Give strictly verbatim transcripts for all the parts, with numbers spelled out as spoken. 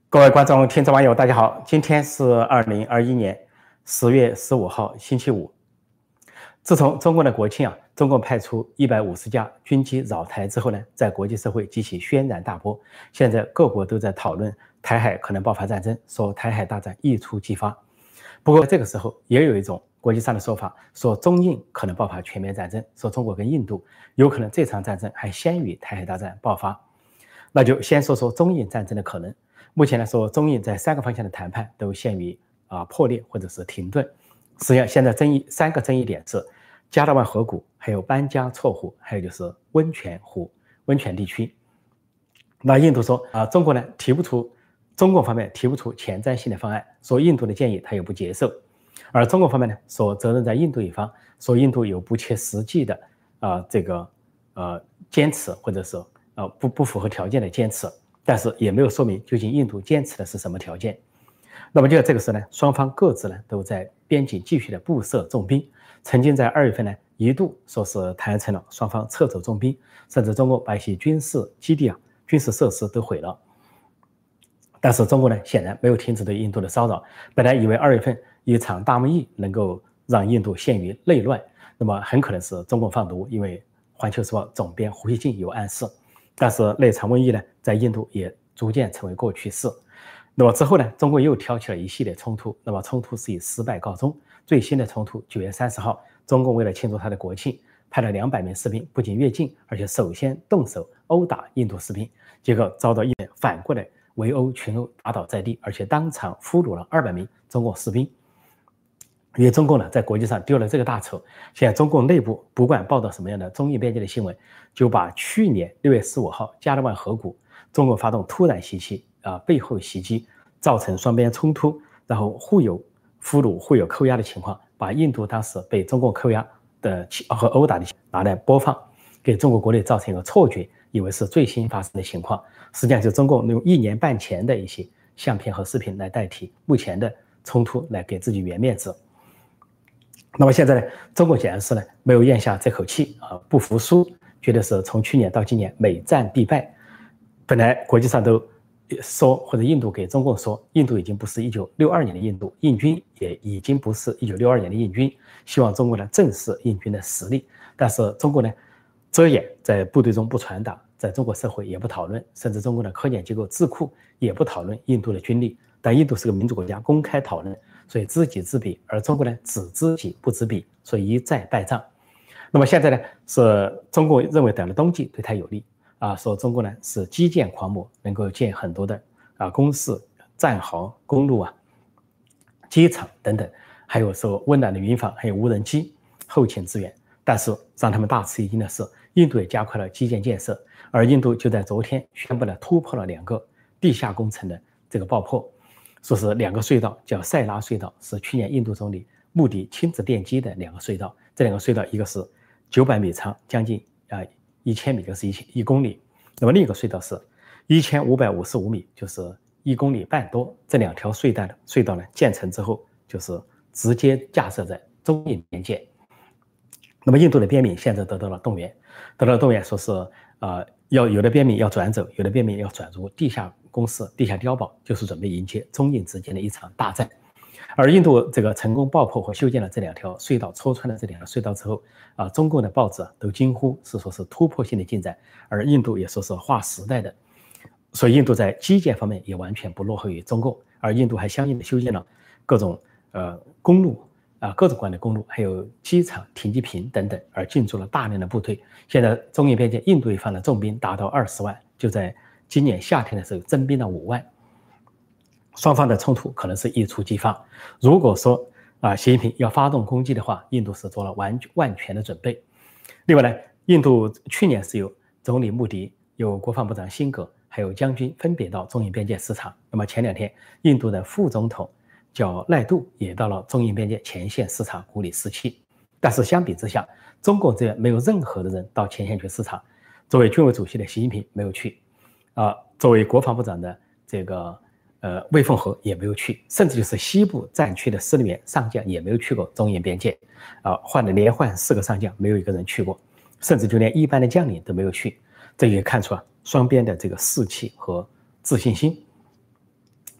各位观众、听众、网友，大家好！今天是二零二一年十月十五号，星期五。自从中共的国庆啊，中共派出一百五十架军机扰台之后呢，在国际社会激起轩然大波。现在各国都在讨论台海可能爆发战争，说台海大战一触即发。不过这个时候也有一种国际上的说法，说中印可能爆发全面战争，说中国跟印度有可能这场战争还先于台海大战爆发。那就先说说中印战争的可能。目前来说，中印在三个方向的谈判都陷于啊破裂或者是停顿。实际上，现在争议三个争议点是加德万河谷，还有班加错湖，还有就是温泉湖、温泉地区。那印度说啊，中国呢提不出，中共方面提不出前瞻性的方案，说印度的建议他又不接受，而中国方面呢说责任在印度一方，说印度有不切实际的啊这个呃坚持，或者是呃不不符合条件的坚持。但是也没有说明究竟印度坚持的是什么条件。那么就在这个时候呢，双方各自呢都在边境继续的布设重兵。曾经在二月份呢，一度说是谈成了双方撤走重兵，甚至中国把一些军事基地啊、军事设施都毁了。但是中国呢，显然没有停止对印度的骚扰。本来以为二月份一场大瘟疫能够让印度陷于内乱，那么很可能是中共放毒，因为《环球时报》总编胡锡进有暗示。但是那场瘟疫呢，在印度也逐渐成为过去式。那么之后呢，中国又挑起了一系列冲突，那么冲突是以失败告终。最新的冲突，九月三十号，中共为了庆祝他的国庆，派了两百名士兵，不仅越境，而且首先动手殴打印度士兵，结果遭到印度反过来围殴群殴，打倒在地，而且当场俘虏了二百名中国士兵。因为中共呢，在国际上丢了这个大丑，现在中共内部不管报道什么样的中印边界的新闻，就把去年六月十五号加德万河谷，中国发动突然袭击啊、呃，背后袭击，造成双边冲突，然后互有俘虏、互有扣押的情况，把印度当时被中共扣押的和殴打的拿来播放，给中国国内造成一个错觉，以为是最新发生的情况，实际上就中共用一年半前的一些相片和视频来代替目前的冲突，来给自己圆面子。那么现在呢，中国显然是呢没有咽下这口气啊，不服输，觉得是从去年到今年每战必败。本来国际上都说，或者印度给中共说，印度已经不是一九六二年的印度，印军也已经不是一九六二年的印军，希望中国呢正视印军的实力。但是中国呢遮掩，在部队中不传达，在中国社会也不讨论，甚至中国的科研机构智库也不讨论印度的军力。但印度是个民主国家，公开讨论，所以知己知彼，而中国呢只知己不知彼，所以一再败仗。那么现在呢，是中国认为等了冬季对他有利啊，说中国呢是基建狂魔，能够建很多的啊工事、战壕、公路啊、机场等等，还有说温暖的云房，还有无人机后勤支援。但是让他们大吃一惊的是，印度也加快了基建建设，而印度就在昨天宣布了突破了两个地下工程的这个爆破。说是两个隧道，叫塞拉隧道，是去年印度总理穆迪亲自奠基的两个隧道。这两个隧道，一个是九百米长，将近啊一千米，就是一千一公里。那么另一个隧道是一千五百五十五米，就是一公里半多。这两条隧道的隧道呢建成之后，就是直接架设在中印边界。那么印度的边民现在得到了动员，得到了动员，说是呃要有的边民要转走，有的边民要转入地下公司、地下碉堡，就是准备迎接中印之间的一场大战。而印度这个成功爆破和修建了这两条隧道，戳穿了这两条隧道之后，啊，中共的报纸都惊呼是说是突破性的进展，而印度也说是划时代的。所以印度在基建方面也完全不落后于中共，而印度还相应的修建了各种呃公路啊、各种各样的公路，还有机场停机坪等等，而进驻了大量的部队。现在中印边界，印度一方的重兵达到二十万，就在今年夏天的时候增兵了五万。双方的冲突可能是一触即发。如果说啊，习近平要发动攻击的话，印度是做了完万全的准备。另外呢，印度去年是有总理穆迪、有国防部长辛格，还有将军分别到中印边界视察。那么前两天，印度的副总统叫奈杜也到了中印边界前线视察，鼓励士气。但是相比之下，中国这边没有任何的人到前线去视察。作为军委主席的习近平没有去，啊、呃，作为国防部长的这个。呃，魏凤和也没有去，甚至就是西部战区的司令员上将也没有去过中印边界，啊、呃，换了连换四个上将，没有一个人去过，甚至就连一般的将领都没有去，这也看出啊双边的这个士气和自信心。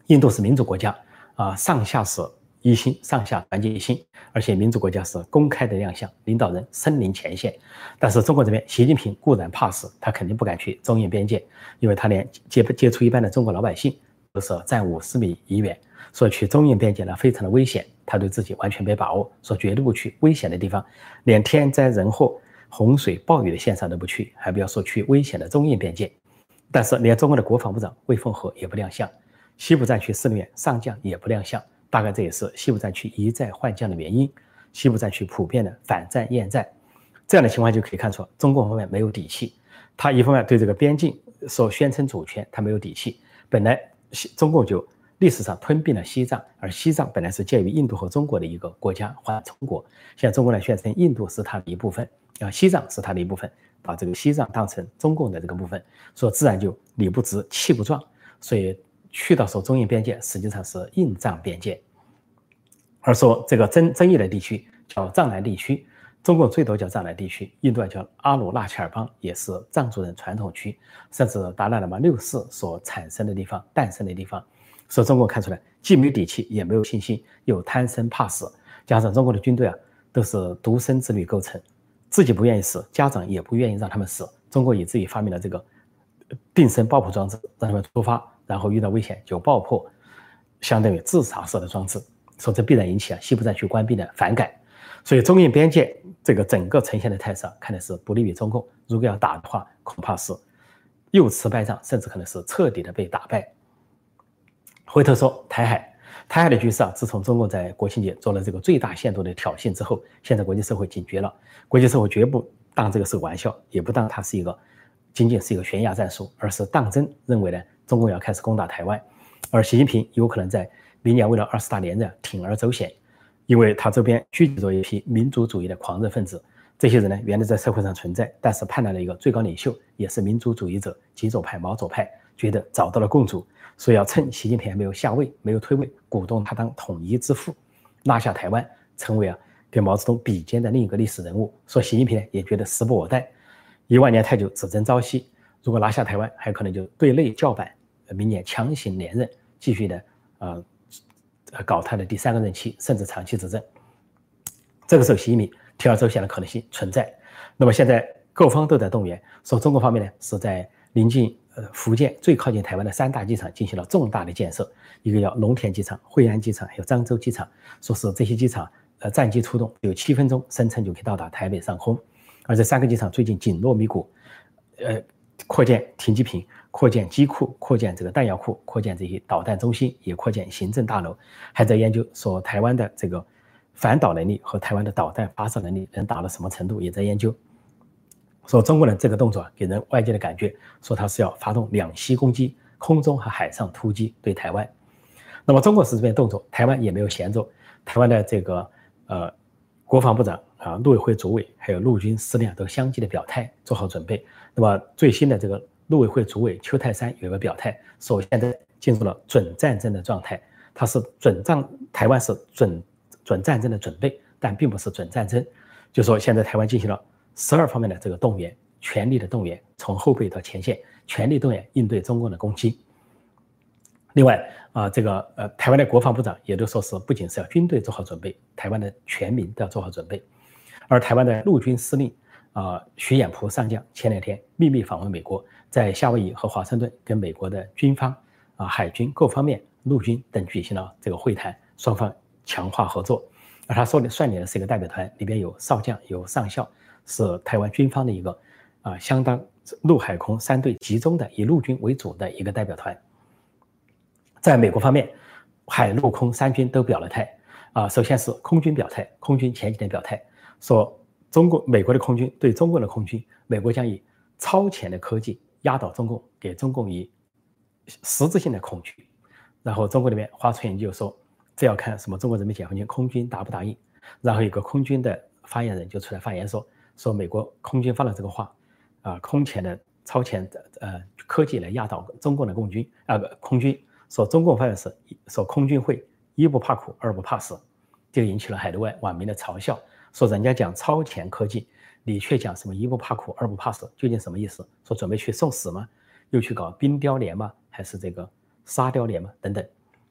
印度是民主国家啊，上下是一心，上下团结一心，而且民主国家是公开的亮相，领导人身临前线。但是中国这边，习近平固然怕死，他肯定不敢去中印边界，因为他连接接触一般的中国老百姓都是站五十米以远，所以去中印边界呢非常的危险，他对自己完全没把握，说绝对不去危险的地方，连天灾人祸、洪水暴雨的线上都不去，还不要说去危险的中印边界。但是连中国的国防部长魏凤和也不亮相，西部战区司令员上将也不亮相。大概这也是西部战区一再换将的原因，西部战区普遍的反战厌战，这样的情况就可以看出中共方面没有底气。他一方面对这个边境所宣称主权，他没有底气。本来中共就历史上吞并了西藏，而西藏本来是介于印度和中国的一个国家缓冲国，现在中国呢宣称印度是它的一部分，啊，西藏是它的一部分，把这个西藏当成中共的这个部分，所以自然就理不直气不壮，所以去到说中印边界实际上是印藏边界，而说这个争争议的地区叫藏南地区，中共最多叫藏南地区，印度叫阿鲁纳恰尔邦，也是藏族人传统区，甚至达赖喇嘛六世所产生的地方、诞生的地方。所以中共看出来既没有底气，也没有信心，又贪生怕死，加上中国的军队啊都是独生子女构成，自己不愿意死，家长也不愿意让他们死。中国以自己发明了这个定身爆破装置，让他们出发，然后遇到危险就爆破，相当于自杀式的装置。说这必然引起啊西部战区官兵的反感，所以中印边界这个整个呈现的态势啊，看的是不利于中共。如果要打的话，恐怕是又吃败仗，甚至可能是彻底的被打败。回头说台海，台海的局势啊，自从中共在国庆节做了这个最大限度的挑衅之后，现在国际社会警觉了，国际社会绝不当这个是个玩笑，也不当它是一个仅仅是一个悬崖战术，而是当真认为呢，中共要开始攻打台湾，而习近平有可能在明年为了二十大连任铤而走险，因为他这边聚集着一批民族主义的狂热分子，这些人呢原来在社会上存在，但是盼来了一个最高领袖，也是民族主义者极左派毛左派，觉得找到了共主，所以要趁习近平还没有下位，没有退位，鼓动他当统一之父，拿下台湾，成为啊跟毛泽东比肩的另一个历史人物。说习近平也觉得时不我待，一万年太久，只争朝夕，如果拿下台湾，还可能就对内叫板，明年强行连任，继续的呃搞他的第三个任期，甚至长期执政。这个时候习近平铤而走险的可能性存在。那么现在各方都在动员，说中国方面呢是在临近呃福建最靠近台湾的三大机场进行了重大的建设，一个叫龙田机场、惠安机场，还有漳州机场，说是这些机场呃战机出动有七分钟，声称就可以到达台北上空。而这三个机场最近紧锣密鼓，呃扩建停机坪，扩建机库，扩建这个弹药库，扩建这些导弹中心，也扩建行政大楼，还在研究说台湾的这个反导能力和台湾的导弹发射能力能达到什么程度，也在研究。说中国人这个动作给人外界的感觉，说他是要发动两栖攻击，空中和海上突击对台湾。那么中国是这边动作，台湾也没有闲着，台湾的这个呃国防部长啊、陆委会主委还有陆军司令都相继的表态，做好准备。那么最新的这个陆委会主委邱泰山有个表态，说现在进入了准战争的状态，他是准战，台湾是准准战争的准备，但并不是准战争。就说现在台湾进行了十二方面的这个动员，全力的动员，从后备到前线，全力动员应对中共的攻击。另外啊、呃，这个呃，台湾的国防部长也都说是不仅是要军队做好准备，台湾的全民都要做好准备。而台湾的陆军司令啊、呃，徐衍蒲上将前两天秘密访问美国，在夏威夷和华盛顿跟美国的军方啊、海军各方面、陆军等举行了这个会谈，双方强化合作。而他说的率领的是一个代表团，里边有少将、有上校，是台湾军方的一个啊、呃、相当陆海空三队集中的以陆军为主的一个代表团。在美国方面，海陆空三军都表了态啊、呃，首先是空军表态，空军前几天表态说，中国美国的空军对中国的空军，美国将以超前的科技压倒中共，给中共以实质性的恐惧。然后中国那边华春莹就说，这要看什么中国人民解放军空军答不答应。然后有个空军的发言人就出来发言说，说美国空军发了这个话啊、呃，空前的超前的呃科技来压倒中共的共军啊、呃、空军。说中共方面是说空军会一不怕苦，二不怕死，就引起了海内外网民的嘲笑。说人家讲超前科技，你却讲什么一不怕苦，二不怕死，究竟什么意思？说准备去送死吗？又去搞冰雕连吗？还是这个沙雕连吗？等等。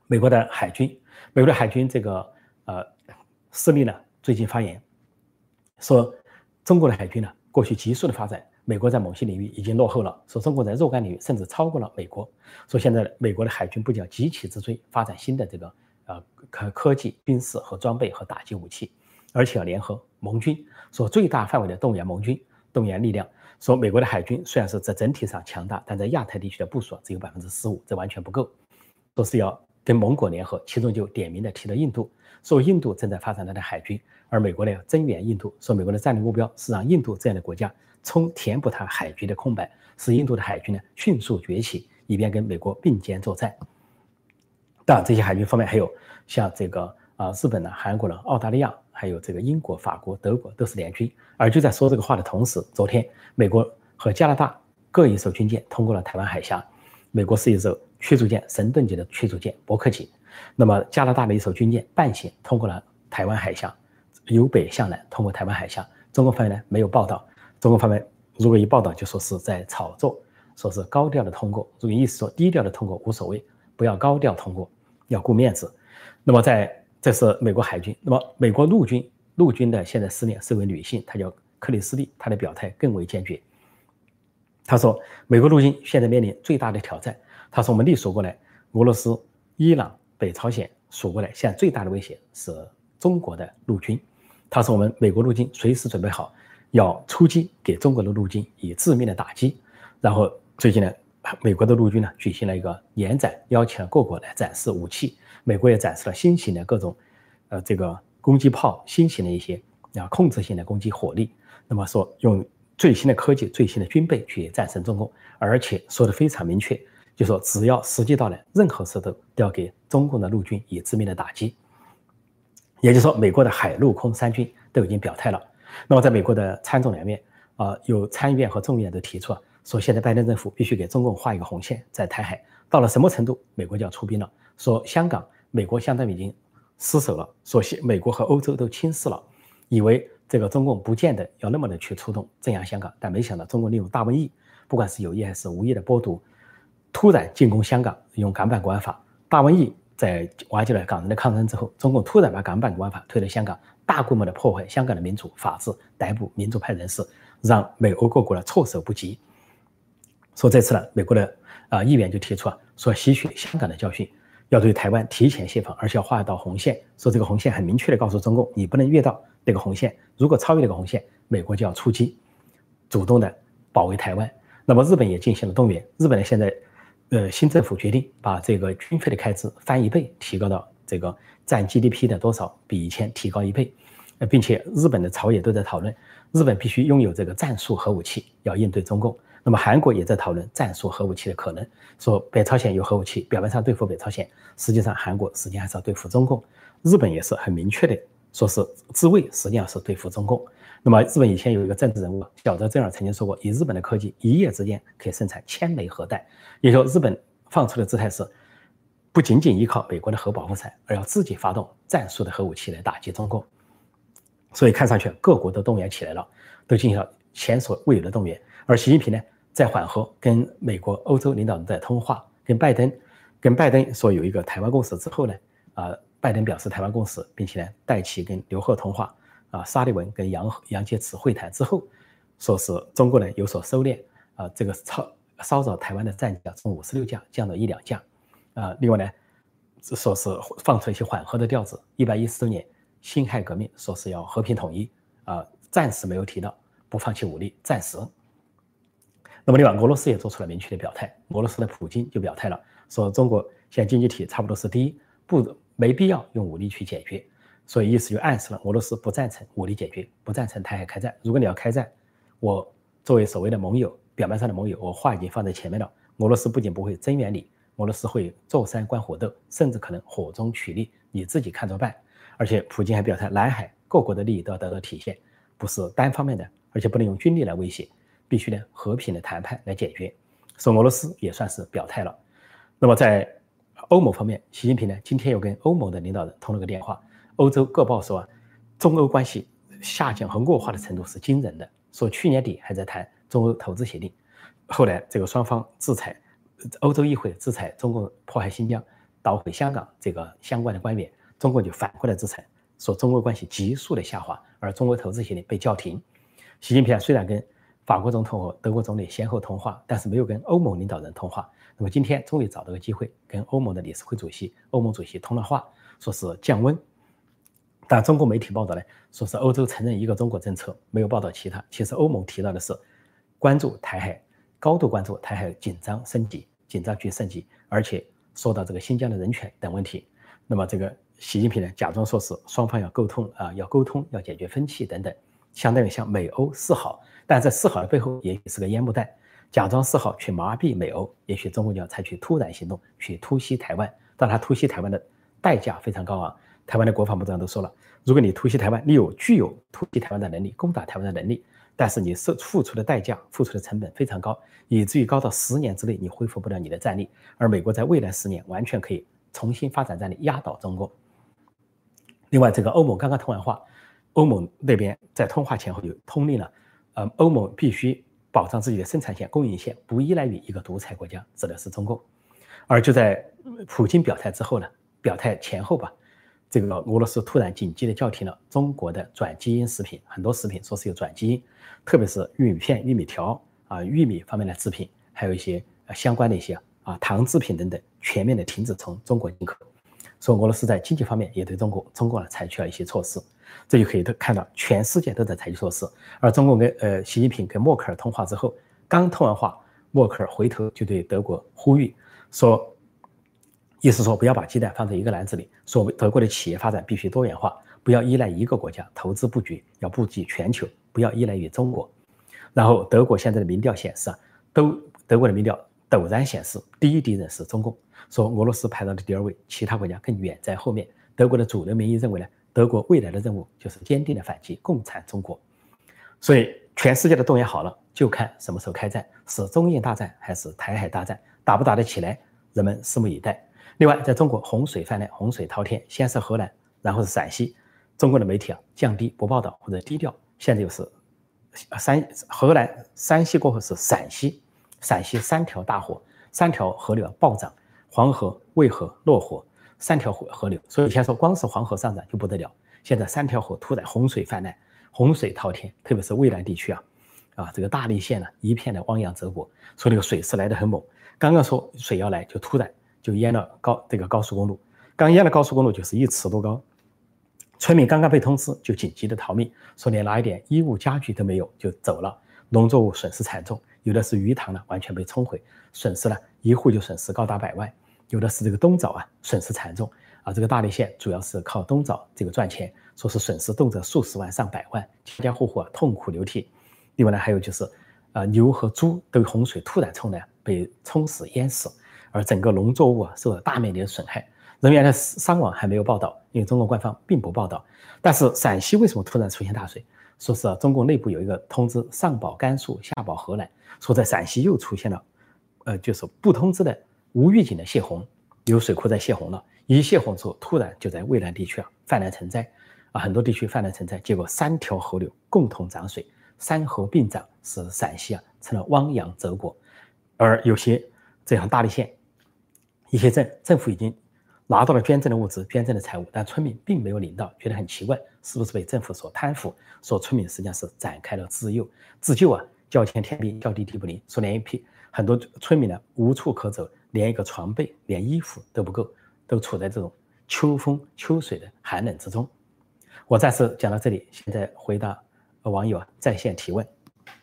美国的海军，美国的海军这个呃司令呢最近发言说，中国的海军呢过去急速的发展，美国在某些领域已经落后了，说中国在若干领域甚至超过了美国，说现在美国的海军不仅要急起直追，发展新的这个呃科科技、兵士和装备和打击武器，而且要联合盟军，说最大范围的动员盟军，动员力量。说美国的海军虽然是在整体上强大，但在亚太地区的部署只有百分之十五，这完全不够。说是要跟盟国联合，其中就点名的提到印度，说印度正在发展它的海军，而美国呢要增援印度，说美国的战略目标是让印度这样的国家充填补它海军的空白，使印度的海军呢迅速崛起，以便跟美国并肩作战。当然，这些海军方面还有像这个啊、呃、日本呢、韩国呢、澳大利亚，还有这个英国、法国、德国都是联军。而就在说这个话的同时，昨天美国和加拿大各一艘军舰通过了台湾海峡，美国是一艘驱逐舰神盾级的驱逐舰伯克级，那么加拿大的一艘军舰半型通过了台湾海峡，由北向南通过台湾海峡。中国方面呢没有报道，中国方面如果一报道就说是在炒作，说是高调的通过，如果意思说低调的通过无所谓，不要高调通过，要顾面子。那么在这是美国海军，那么美国陆军陆军的现在司令是位女性，她叫克里斯蒂，她的表态更为坚决。她说，美国陆军现在面临最大的挑战。她说，我们历数过来，俄罗斯、伊朗、北朝鲜数过来，现在最大的威胁是中国的陆军。她说，我们美国陆军随时准备好要出击，给中国的陆军以致命的打击。然后最近呢，美国的陆军呢举行了一个联展，邀请了各国来展示武器。美国也展示了新型的各种，呃，这个攻击炮，新型的一些啊控制性的攻击火力。那么说用最新的科技、最新的军备去战胜中共，而且说的非常明确，就说只要时机到了，任何时候都要给中共的陆军以致命的打击。也就是说，美国的海陆空三军都已经表态了。那么在美国的参众两院啊、呃，有参议院和众议院都提出了，说现在拜登政府必须给中共画一个红线，在台海到了什么程度，美国就要出兵了。说香港，美国相当于已经失守了，说美国和欧洲都轻视了，以为这个中共不见得要那么的去出动镇压香港，但没想到中共利用大瘟疫，不管是有意还是无意的剥夺，突然进攻香港，用港版国安法。大瘟疫在瓦解了港人的抗争之后，中共突然把港版国安法推到香港，大规模的破坏香港的民主法治，逮捕民主派人士，让美欧各国呢措手不及。说这次呢，美国的啊、呃、议员就提出啊，说吸取香港的教训，要对台湾提前协防，而且要画一道红线，说这个红线很明确的告诉中共，你不能越到这个红线，如果超越这个红线，美国就要出击，主动的保卫台湾。那么日本也进行了动员，日本呢现在，呃，新政府决定把这个军费的开支翻一倍，提高到这个占 G D P 的多少，比以前提高一倍，呃，并且日本的朝野都在讨论，日本必须拥有这个战术核武器，要应对中共。那么韩国也在讨论战术核武器的可能，说北朝鲜有核武器，表面上对付北朝鲜，实际上韩国实际上还是要对付中共。日本也是很明确的说是自卫，实际上是对付中共。那么日本以前有一个政治人物小泽征尔曾经说过，以日本的科技一夜之间可以生产千枚核弹，也就是日本放出的姿态是不仅仅依靠美国的核保护伞，而要自己发动战术的核武器来打击中共。所以看上去各国都动员起来了，都进行了前所未有的动员。而习近平呢，在缓和跟美国、欧洲领导人在通话，跟拜登，跟拜登说有一个台湾共识之后呢，啊、呃，拜登表示台湾共识，并且呢，带其跟刘鹤通话，啊，沙利文跟杨杨洁篪会谈之后，说是中国呢有所收敛，啊，这个骚骚扰台湾的战架从五十六架降到一两架，啊，另外呢，说是放出一些缓和的调子，一百一十周年辛亥革命，说是要和平统一，啊，暂时没有提到不放弃武力，暂时。那么另外，俄罗斯也做出了明确的表态，俄罗斯的普京就表态了，说中国现在经济体差不多是第一，不没必要用武力去解决，所以意思就暗示了俄罗斯不赞成武力解决，不赞成台海开战。如果你要开战，我作为所谓的盟友，表面上的盟友，我话已经放在前面了，俄罗斯不仅不会增援你，俄罗斯会坐山观火斗，甚至可能火中取栗，你自己看着办。而且普京还表态，南海各国的利益都要得到体现，不是单方面的，而且不能用军力来威胁，必须呢和平的谈判来解决。所以俄罗斯也算是表态了。那么在欧盟方面，习近平呢今天又跟欧盟的领导人通了个电话，欧洲各报说啊，中欧关系下降和恶化的程度是惊人的，说去年底还在谈中欧投资协定，后来这个双方制裁，欧洲议会制裁中共迫害新疆， 捣毁香港这个相关的官员，中国就反过来制裁，说中国关系急速的下滑，而中国投资协定被叫停。习近平虽然跟法国总统和德国总理先后通话，但是没有跟欧盟领导人通话。那么今天终于找到个机会，跟欧盟的理事会主席、欧盟主席通了话，说是降温。但中国媒体报道呢，说是欧洲承认一个中国政策，没有报道其他。其实欧盟提到的是关注台海，高度关注台海紧张升级、紧张局升级，而且说到这个新疆的人权等问题。那么这个习近平呢，假装说是双方要沟通啊，要沟通，要解决分歧等等，相当于向美欧示好。但在示好的背后，也许是个烟幕弹，假装示好去麻痹美欧，也许中国就要采取突然行动去突袭台湾。但他突袭台湾的代价非常高昂。台湾的国防部长都说了，如果你突袭台湾，你有具有突袭台湾的能力，攻打台湾的能力，但是你付出的代价、付出的成本非常高，以至于高到十年之内你恢复不了你的战力。而美国在未来十年完全可以重新发展战力，压倒中国。另外，这个欧盟刚刚通完话，欧盟那边在通话前后有通令了，呃，欧盟必须保障自己的生产线、供应线不依赖于一个独裁国家，指的是中共。而就在普京表态之后呢，表态前后吧。这个俄罗斯突然紧急的叫停了中国的转基因食品，很多食品说是有转基因，特别是玉米片、玉米条啊、玉米方面的制品，还有一些相关的一些啊糖制品等等，全面的停止从中国进口。所以俄罗斯在经济方面也对中国中国呢采取了一些措施，这就可以看到全世界都在采取措施。而中国跟呃习近平跟默克尔通话之后，刚通完话，默克尔回头就对德国呼吁说。意思说不要把鸡蛋放在一个篮子里，说德国的企业发展必须多元化，不要依赖一个国家，投资布局要布局全球，不要依赖于中国。然后德国现在的民调显示啊，都德国的民调陡然显示第一敌人是中共，说俄罗斯排到了第二位，其他国家更远在后面。德国的主流民意认为呢，德国未来的任务就是坚定的反击共产中国。所以全世界的动员好了，就看什么时候开战，是中印大战还是台海大战，打不打得起来，人们拭目以待。另外，在中国洪水泛滥，洪水滔天，先是河南，然后是陕西。中国的媒体啊降低不报道或者低调，现在又是山河南、山西过后是陕西，陕西三条大河，三条河流暴涨，黄河、渭河、洛河三条河河流。所以以前说光是黄河上涨就不得了，现在三条河突然洪水泛滥，洪水滔天，特别是渭南地区啊，啊这个大荔县呢、啊、一片的汪洋泽国，所以那个水势来得很猛。刚刚说水要来，就突然。就淹了高这个高速公路，刚淹了高速公路就是一尺多高，村民刚刚被通知就紧急的逃命，说连拿一点衣物家具都没有就走了，农作物损失惨重，有的是鱼塘呢完全被冲毁，损失了一户就损失高达百万，有的是这个冬枣啊损失惨重啊，这个大荔县主要是靠冬枣这个赚钱，说是损失动辄数十万上百万，家家户户啊痛哭流涕。另外呢还有就是呃牛和猪都洪水突然冲来被冲死淹死。而整个农作物啊受到大面积的损害，人员的伤亡还没有报道，因为中国官方并不报道。但是陕西为什么突然出现大水？说是、啊、中共内部有一个通知，上保甘肃，下保河南，说在陕西又出现了，呃，就是不通知的无预警的泄洪，有水库在泄洪了，一泄洪之后，突然就在渭南地区啊泛滥成灾，啊，很多地区泛滥成灾，结果三条河流共同涨水，三河并涨，使陕西啊成了汪洋泽国。而有些这样大荔县。一些镇政府已经拿到了捐赠的物资、捐赠的财物，但村民并没有领到，觉得很奇怪，是不是被政府所贪腐？说村民实际上是展开了自救，自救啊，叫天天兵，叫地地不灵。说连一批很多村民呢无处可走，连一个床被、连衣服都不够，都处在这种秋风秋水的寒冷之中。我暂时讲到这里，现在回答网友在线提问。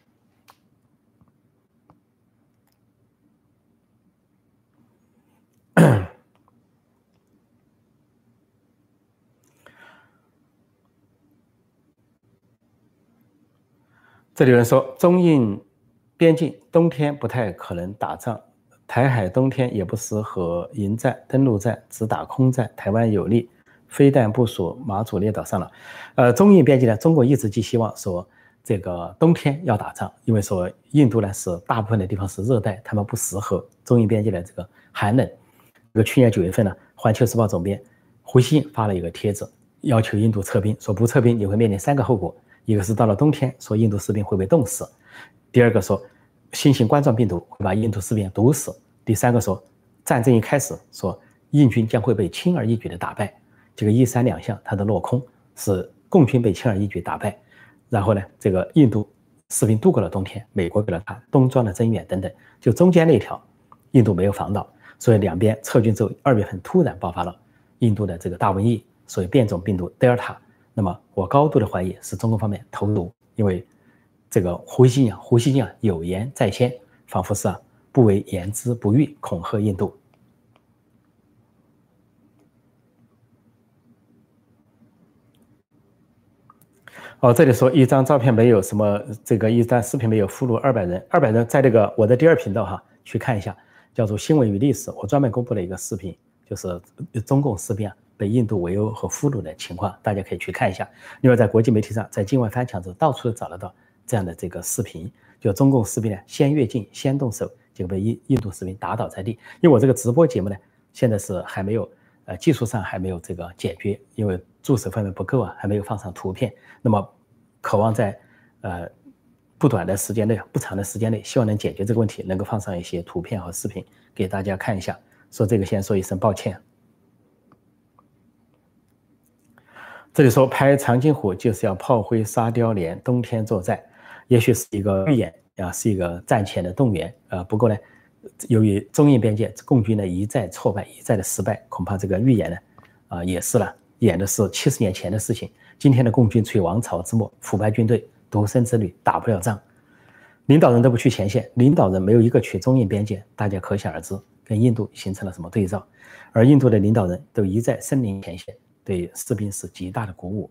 这里有人说，中印边境冬天不太可能打仗，台海冬天也不适合营战、登陆战，只打空战，台湾有利，飞弹部署马祖列岛上了。呃，中印边境呢，中国一直寄希望说这个冬天要打仗，因为说印度呢是大部分的地方是热带，他们不适合中印边境的这个寒冷。这个去年九月份呢，环球时报总编胡锡进发了一个帖子，要求印度撤兵，说不撤兵你会面临三个后果。一个是到了冬天，说印度士兵会被冻死；第二个说新型冠状病毒会把印度士兵毒死；第三个说战争一开始，说印军将会被轻而易举的打败。这个一三两项它的落空，是共军被轻而易举打败。然后呢，这个印度士兵度过了冬天，美国给了他冬装的增援等等，就中间那条，印度没有防到，所以两边撤军之后，二月份突然爆发了印度的这个大瘟疫，所以变种病毒德尔塔。那么我高度的怀疑是中国方面投毒，因为这个胡锡进啊，胡锡进啊有言在先，仿佛是啊不为言之不预，恐吓印度。哦，这里说一张照片没有什么，这个一张视频没有附录二百人，二百人在这个我的第二频道哈去看一下，叫做新闻与历史，我专门公布了一个视频，就是中共士兵啊被印度围殴和俘虏的情况，大家可以去看一下。另外在国际媒体上，在境外翻墙之后，到处都找得到这样的这个视频，就中共士兵呢先越境先动手，结果被印印度士兵打倒在地。因为我这个直播节目呢，现在是还没有。呃，技术上还没有这个解决，因为助手方面不够啊，还没有放上图片。那么，渴望在呃不短的时间内、不长的时间内，希望能解决这个问题，能够放上一些图片和视频给大家看一下。说这个先说一声抱歉。这里说拍长津湖就是要炮灰沙雕连，冬天作战，也许是一个预演啊，是一个战前的动员。呃，不过呢。由于中印边界共军呢一再挫败，一再的失败，恐怕这个预演呢，啊、呃、也是了，演的是七十年前的事情。今天的共军处于王朝之末，腐败军队，独生子女，打不了仗，领导人都不去前线，领导人没有一个去中印边界，大家可想而知，跟印度形成了什么对照。而印度的领导人都一再身临前线，对士兵是极大的鼓舞。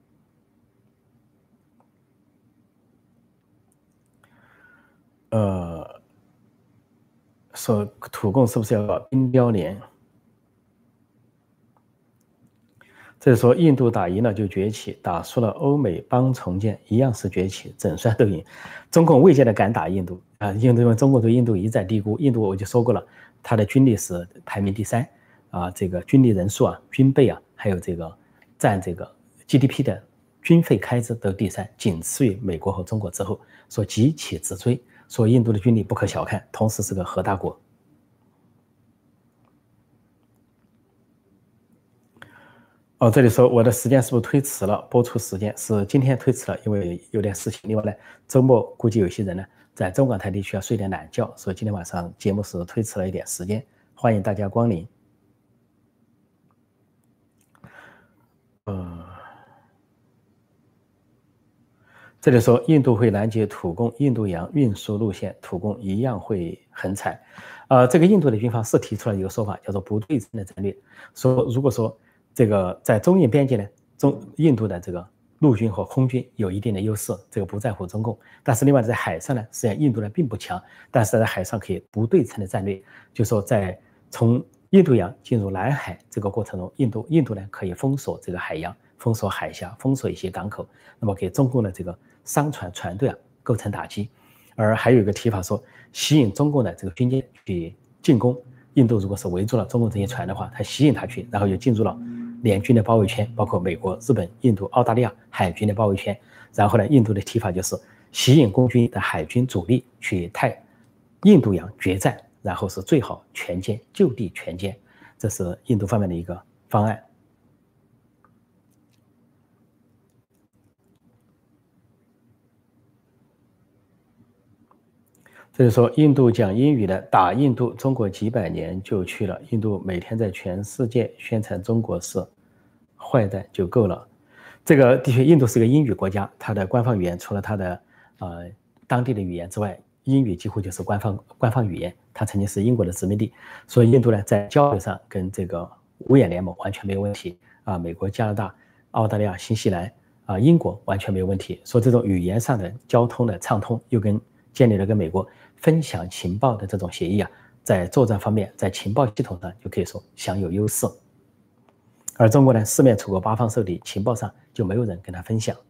呃。说土共是不是要搞冰雕连？这是说印度打赢了就崛起，打输了欧美帮重建一样是崛起，整算都赢。中共未见得敢打印度啊，因为中国对印度一再低估。印度我就说过了，它的军力是排名第三啊，这个军力人数啊、军备啊，还有这个占这个 G D P 的军费开支都第三，仅次于美国和中国之后，说急起直追。说印度的军力不可小看，同时是个核大国。哦，这里说我的时间是不是推迟了？播出时间是今天推迟了，因为有点事情。另外呢，周末估计有些人呢在中港台地区要睡点懒觉，所以今天晚上节目是推迟了一点时间。欢迎大家光临。呃。这里说印度会拦截土共印度洋运输路线，土共一样会很惨。呃，这个印度的军方是提出了一个说法，叫做不对称的战略。说如果说这个在中印边界呢，中印度的这个陆军和空军有一定的优势，这个不在乎中共。但是另外在海上呢，实际上印度呢并不强，但是在海上可以不对称的战略，就说在从印度洋进入南海这个过程中，印度印度呢可以封锁这个海洋，封锁海峡，封锁一些港口，那么给中共的这个商船船队啊构成打击。而还有一个提法说，吸引中共的这个军舰去进攻印度，如果是围住了中共这些船的话，它吸引它去，然后又进入了联军的包围圈，包括美国、日本、印度、澳大利亚海军的包围圈。然后呢，印度的提法就是吸引共军的海军主力去泰印度洋决战，然后是最好全歼，就地全歼，这是印度方面的一个方案。这就说印度讲英语的打印度，中国几百年就去了。印度每天在全世界宣传中国是坏蛋就够了。这个的确，印度是个英语国家，它的官方语言除了它的呃当地的语言之外，英语几乎就是官方官方语言。它曾经是英国的殖民地，所以印度呢在交流上跟这个五眼联盟完全没有问题啊。美国、加拿大、澳大利亚、新西兰啊、英国完全没有问题。说这种语言上的交通的畅通，又跟建立了跟美国分享情报的这种协议啊，在作战方面，在情报系统上就可以说享有优势。而中国呢，四面楚歌，八方受敌，情报上就没有人跟他分享。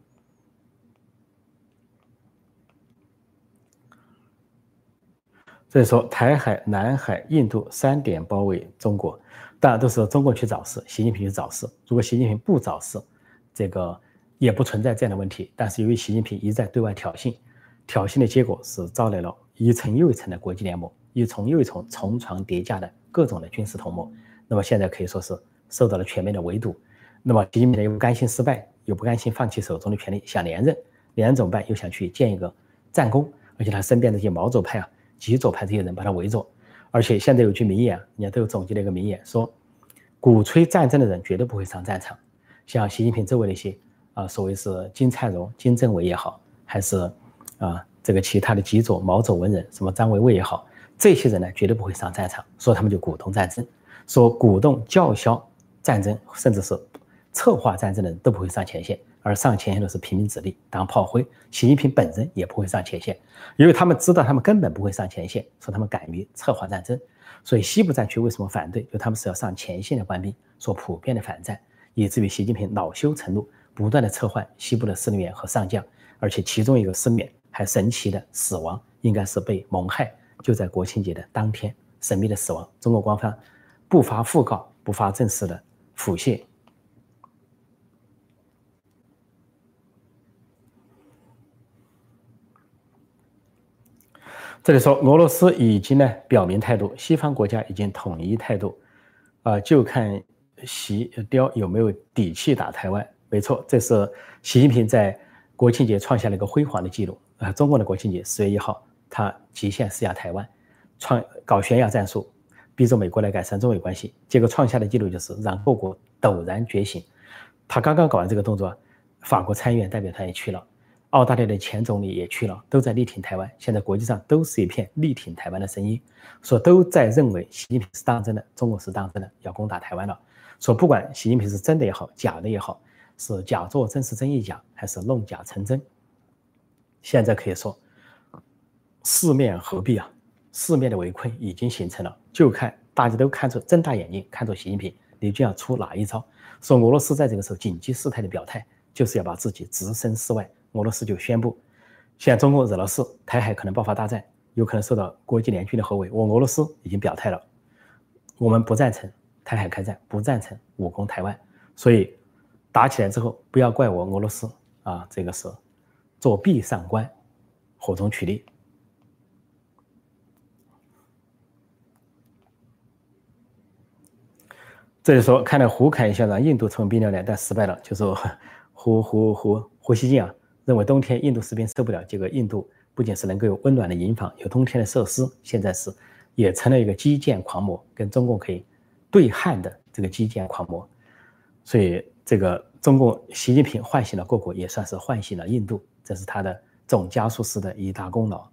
所以说，台海、南海、印度三点包围中国，当然都是中国去找事，习近平去找事。如果习近平不找事，这个也不存在这样的问题。但是由于习近平一再对外挑衅，挑衅的结果是招来了一层又一层的国际联盟，一重又一重重床叠加的各种的军事同盟， 那么现在可以说是受到了全面的围堵。那么习近平又不甘心失败，又不甘心放弃手中的权力，想连任，连任怎么办？又想去建一个战功，而且他身边的这些毛左派啊、极左派这些人把他围着。而且现在有句名言，人家都有总结了一个名言，说鼓吹战争的人绝对不会上战场。像习近平周围的一些啊、呃，所谓是金灿荣、金正伟也好，还是啊、呃、这个其他的极左毛左文人，什么张维魏也好，这些人呢绝对不会上战场，说他们就鼓动战争，说鼓动叫嚣战争，甚至是策划战争的人都不会上前线，而上前线的是平民子弟当炮灰。习近平本人也不会上前线，因为他们知道他们根本不会上前线，说他们敢于策划战争。所以西部战区为什么反对？就他们是要上前线的官兵，说普遍的反战，以至于习近平恼羞成怒，不断的撤换西部的司令员和上将，而且其中一个司令员还神奇的死亡，应该是被谋害，就在国庆节的当天神秘的死亡。中国官方不发讣告，不发正式的抚谢。这里说俄罗斯已经呢表明态度，西方国家已经统一态度，啊、呃，就看习雕有没有底气打台湾。没错，这是习近平在国庆节创下了一个辉煌的记录啊、呃！中国的国庆节四月一号，他极限施压台湾，创搞悬崖战术，逼着美国来改善中美关系，结果创下的记录就是让各国陡然觉醒。他刚刚搞完这个动作，法国参议院代表团也去了。澳大利亚的前总理也去了，都在力挺台湾。现在国际上都是一片力挺台湾的声音，说都在认为习近平是当真的，中国是当真的，要攻打台湾了。说不管习近平是真的也好，假的也好，是假作真，是真亦假，还是弄假成真，现在可以说四面合璧啊，四面的围困已经形成了，就看大家都看出，睁大眼睛看着习近平，你就要出哪一招？说俄罗斯在这个时候紧急事态的表态，就是要把自己置身事外。俄罗斯就宣布，现在中共惹了事，台海可能爆发大战，有可能受到国际联军的合围。我俄罗斯已经表态了，我们不赞成台海开战，不赞成武攻台湾。所以打起来之后，不要怪我俄罗斯啊，这个是作壁上观，火中取栗。这里说看到胡侃想让印度成为冰鸟但失败了，就是胡胡胡胡锡进啊。认为冬天印度士兵受不了，结果印度不仅是能够有温暖的营房，有冬天的设施，现在是也成了一个基建狂魔，跟中共可以对撼的这个基建狂魔。所以这个中共习近平唤醒了各国，也算是唤醒了印度，这是他的总加速师的一大功劳。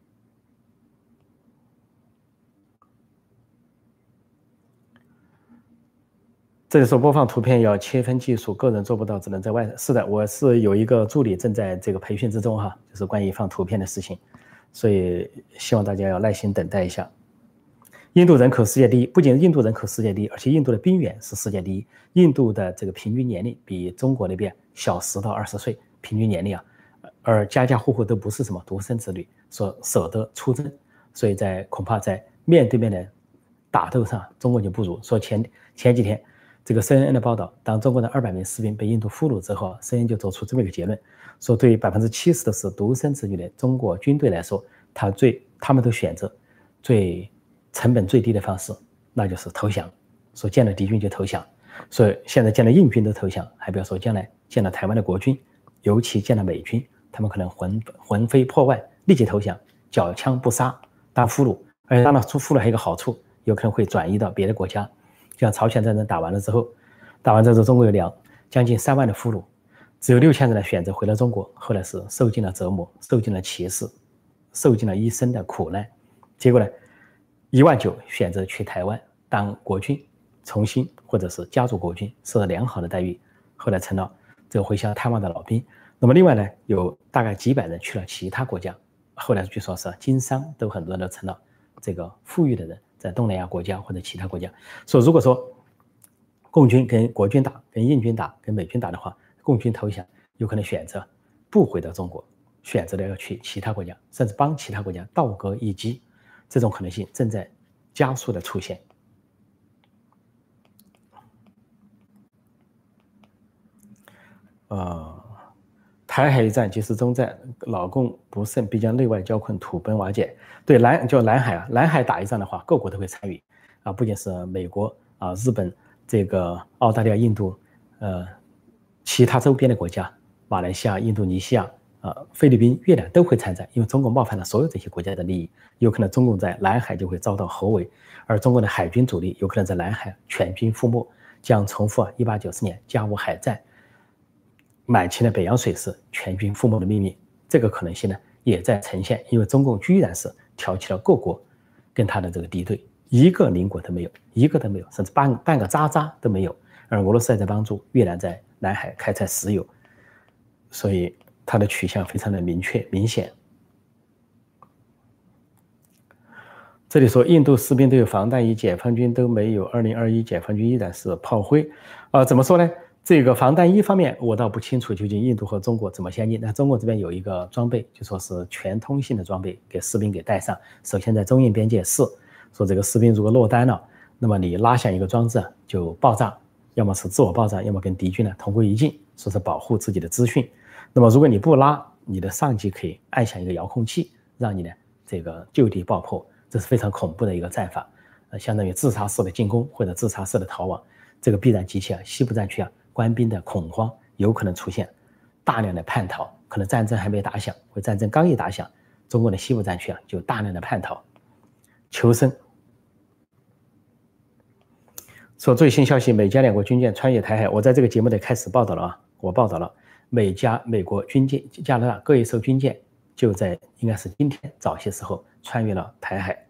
这里说播放图片要切分技术，个人做不到，只能在外。是的，我是有一个助理正在这个培训之中哈，就是关于放图片的事情，所以希望大家要耐心等待一下。印度人口世界第一，不仅印度人口世界第一，而且印度的兵源是世界第一。印度的这个平均年龄比中国那边小十到二十岁，平均年龄啊，而家家户户都不是什么独生子女，说舍得出征，所以在恐怕在面对面的打斗上，中国就不如。说前前几天。这个 C N N 的报道，当中国的二百名士兵被印度俘虏之后 ，C N N 就做出这么一个结论，说对于百分之七十的是独生子女的中国军队来说，他最他们都选择最成本最低的方式，那就是投降。说见了敌军就投降，所以现在见了印军都投降，还不要说将来见了台湾的国军，尤其见了美军，他们可能魂魂飞魄外，立即投降，缴枪不杀，当俘虏。而且当了俘虏还有一个好处，有可能会转移到别的国家。像朝鲜战争打完了之后，打完之后中国有两将近三万的俘虏，只有六千人呢选择回了中国，后来是受尽了折磨，受尽了歧视，受尽了一生的苦难。结果呢，一万九选择去台湾当国军，重新或者是加入国军，受到良好的待遇，后来成了这个回乡探望的老兵。那么另外呢，有大概几百人去了其他国家，后来据说是经商都很多人都成了这个富裕的人。在东南亚国家或者其他国家，所以如果说共军跟国军打、跟印军打、跟美军打的话，共军投降有可能选择不回到中国，选择了要去其他国家，甚至帮其他国家倒戈一击，这种可能性正在加速的出现。呃，台海一战即是中战，老共不胜，必将内外交困，土崩瓦解。对南就南海啊，南海打一仗的话，各国都会参与啊，不仅是美国啊，日本、这个澳大利亚、印度，呃，其他周边的国家，马来西亚、印度尼西亚、呃菲律宾、越南都会参战，因为中国冒犯了所有这些国家的利益，有可能中共在南海就会遭到合围，而中国的海军主力有可能在南海全军覆没，将重复一八九四年甲午海战满清的北洋水师全军覆没的秘密，这个可能性呢也在呈现，因为中共居然是挑起了各国跟他的这个敌对，一个邻国都没有，一个都没有，甚至半半个渣渣都没有，而俄罗斯还在帮助越南在南海开采石油，所以它的取向非常的明确明显。这里说印度士兵都有防弹衣，解放军都没有，二零二一解放军依然是炮灰。呃，怎么说呢？这个防弹衣方面，我倒不清楚究竟印度和中国怎么相近。那中国这边有一个装备，就说是全通信的装备，给士兵给带上。首先在中印边界试，说这个士兵如果落单了，那么你拉响一个装置就爆炸，要么是自我爆炸，要么跟敌军呢同归于尽，说是保护自己的资讯。那么如果你不拉，你的上级可以按响一个遥控器，让你呢这个就地爆破，这是非常恐怖的一个战法，呃，相当于自杀式的进攻或者自杀式的逃亡，这个必然激起啊西部战区啊官兵的恐慌，有可能出现大量的叛逃，可能战争还没打响，或战争刚一打响，中国的西部战区啊就大量的叛逃求生。说最新消息，美加两国军舰穿越台海，我在这个节目的开始报道了啊，我报道了美加美国军舰加拿大各一艘军舰就在应该是今天早些时候穿越了台海。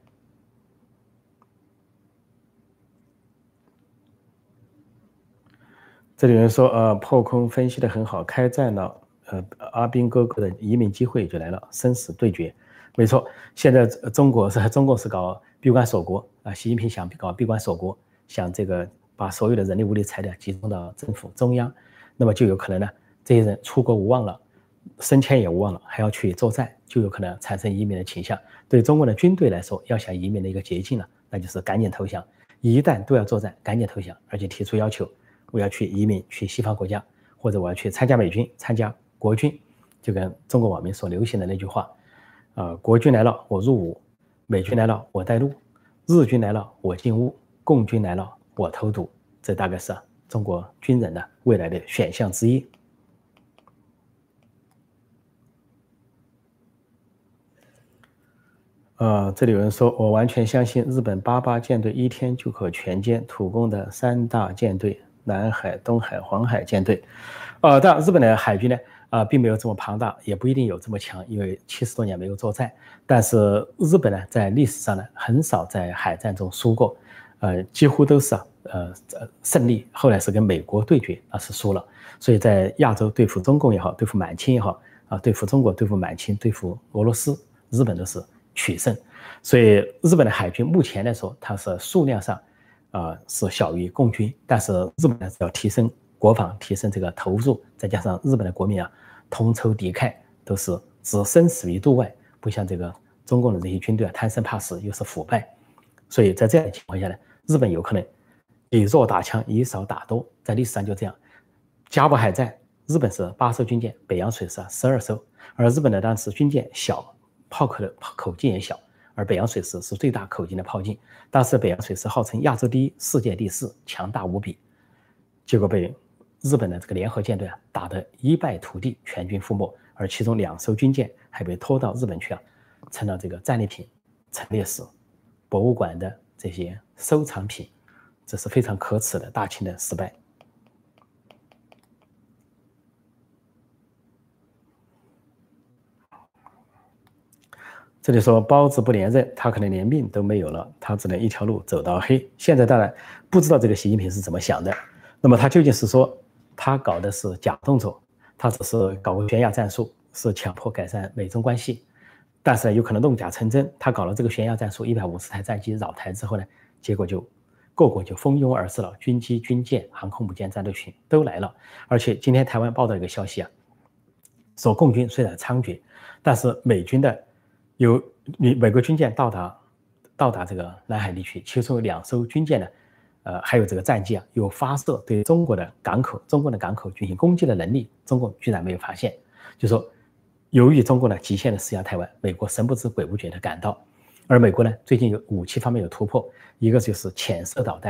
这里有人说，呃，破空分析的很好，开战了，呃，阿兵哥哥的移民机会就来了，生死对决。没错，现在中国是中国是搞闭关锁国啊，习近平想搞闭关锁国，想这个把所有的人力物力材料集中到政府中央，那么就有可能呢，这些人出国无望了，升迁也无望了，还要去作战，就有可能产生移民的倾向。对中国的军队来说，要想移民的一个捷径呢，那就是赶紧投降。一旦都要作战，赶紧投降，而且提出要求，我要去移民去西方国家，或者我要去参加美军、参加国军，就跟中国网民所流行的那句话，呃，国军来了我入伍，美军来了我带路，日军来了我进屋，共军来了我投毒，这大概是中国军人的未来的选项之一。呃，这里有人说，我完全相信日本八八舰队一天就可全歼土共的三大舰队，南海、东海、黄海舰队。呃，当然，日本的海军呢，啊、呃，并没有这么庞大，也不一定有这么强，因为七十多年没有作战。但是日本呢，在历史上呢，很少在海战中输过，呃，几乎都是呃胜利。后来是跟美国对决，那是输了。所以在亚洲对付中共也好，对付满清也好，啊，对付中国、对付满清、对付俄罗斯，日本都是取胜。所以日本的海军目前来说，它是数量上，呃，是小于共军，但是日本呢要提升国防，提升这个投入，再加上日本的国民啊同仇敌忾，都是置生死于度外，不像这个中共的这些军队啊贪生怕死，又是腐败，所以在这样的情况下呢，日本有可能以弱打强，以少打多，在历史上就这样。甲午海战，日本是八艘军舰，北洋水师啊十二艘，而日本的当时军舰小，炮口的口径也小。而北洋水师是最大口径的炮舰，当时北洋水师号称亚洲第一、世界第四，强大无比，结果被日本的这个联合舰队啊打得一败涂地，全军覆没，而其中两艘军舰还被拖到日本去啊，成了这个战利品、陈列室、博物馆的这些收藏品，这是非常可耻的大清的失败。这里说包子不连任，他可能连命都没有了，他只能一条路走到黑。现在当然不知道这个习近平是怎么想的，那么他究竟是说他搞的是假动作，他只是搞个悬崖战术，是强迫改善美中关系，但是有可能弄假成真，他搞了这个悬崖战术，一百五十台战机扰台之后呢，结果就各国就蜂拥而至了，军机、军舰、航空母舰、战斗群都来了。而且今天台湾报道一个消息啊，说共军虽然猖獗，但是美军的有美国军舰到达到达这个南海地区，其中有两艘军舰呢，呃，还有这个战机啊，有发射对中国的港口、中国的港口进行攻击的能力，中共居然没有发现。就说，由于中国呢极限的施压台湾，美国神不知鬼不觉的赶到，而美国呢最近有武器方面有突破，一个就是潜射导弹，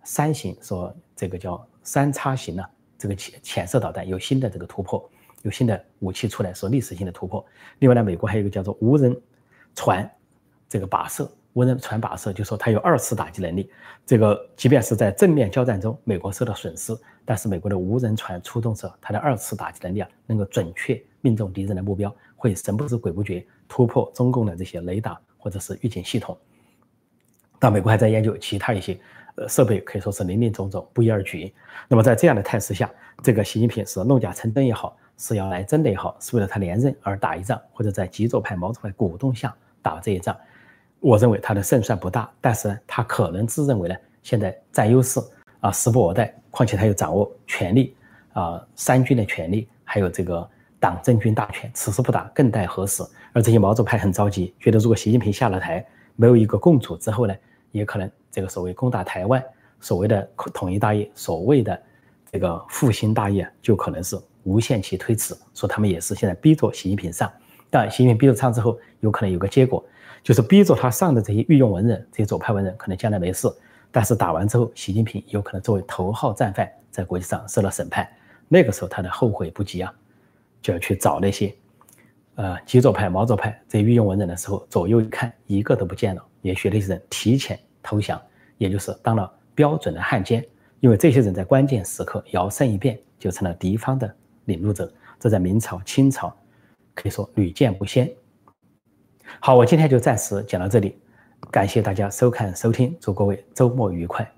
三型说这个叫三叉型啊，这个潜潜射导弹有新的这个突破，有新的武器出来，说历史性的突破。另外呢，美国还有一个叫做无人船这个靶射，无人船靶射就说它有二次打击能力。这个即便是在正面交战中，美国受到损失，但是美国的无人船出动时，它的二次打击能力啊，能够准确命中敌人的目标，会神不知鬼不觉突破中共的这些雷达或者是预警系统。但美国还在研究其他一些呃设备，可以说是林林总总，不一而举。那么在这样的态势下，这个习近平是弄假成真也好，是要来真的也好，是为了他连任而打一仗，或者在极左派、毛左派鼓动下打这一仗，我认为他的胜算不大。但是呢，他可能自认为呢，现在占优势啊，时不我待，况且他又掌握权力啊，三军的权力，还有这个党政军大权，此时不打更待何时？而这些毛左派很着急，觉得如果习近平下了台，没有一个共主之后呢，也可能这个所谓攻打台湾，所谓的统一大业，所谓的这个复兴大业，就可能是无限期推迟。说他们也是现在逼着习近平上，但习近平逼着上之后，有可能有个结果，就是逼着他上的这些御用文人，这些左派文人，可能将来没事，但是打完之后，习近平有可能作为头号战犯，在国际上受到审判。那个时候他的后悔不及啊，就要去找那些呃极左派、毛左派这些御用文人的时候，左右一看，一个都不见了。也许那些人提前投降，也就是当了标准的汉奸，因为这些人在关键时刻摇身一变，就成了敌方的领路者。这在明朝、清朝可以说屡见不鲜。好，我今天就暂时讲到这里，感谢大家收看收听，祝各位周末愉快。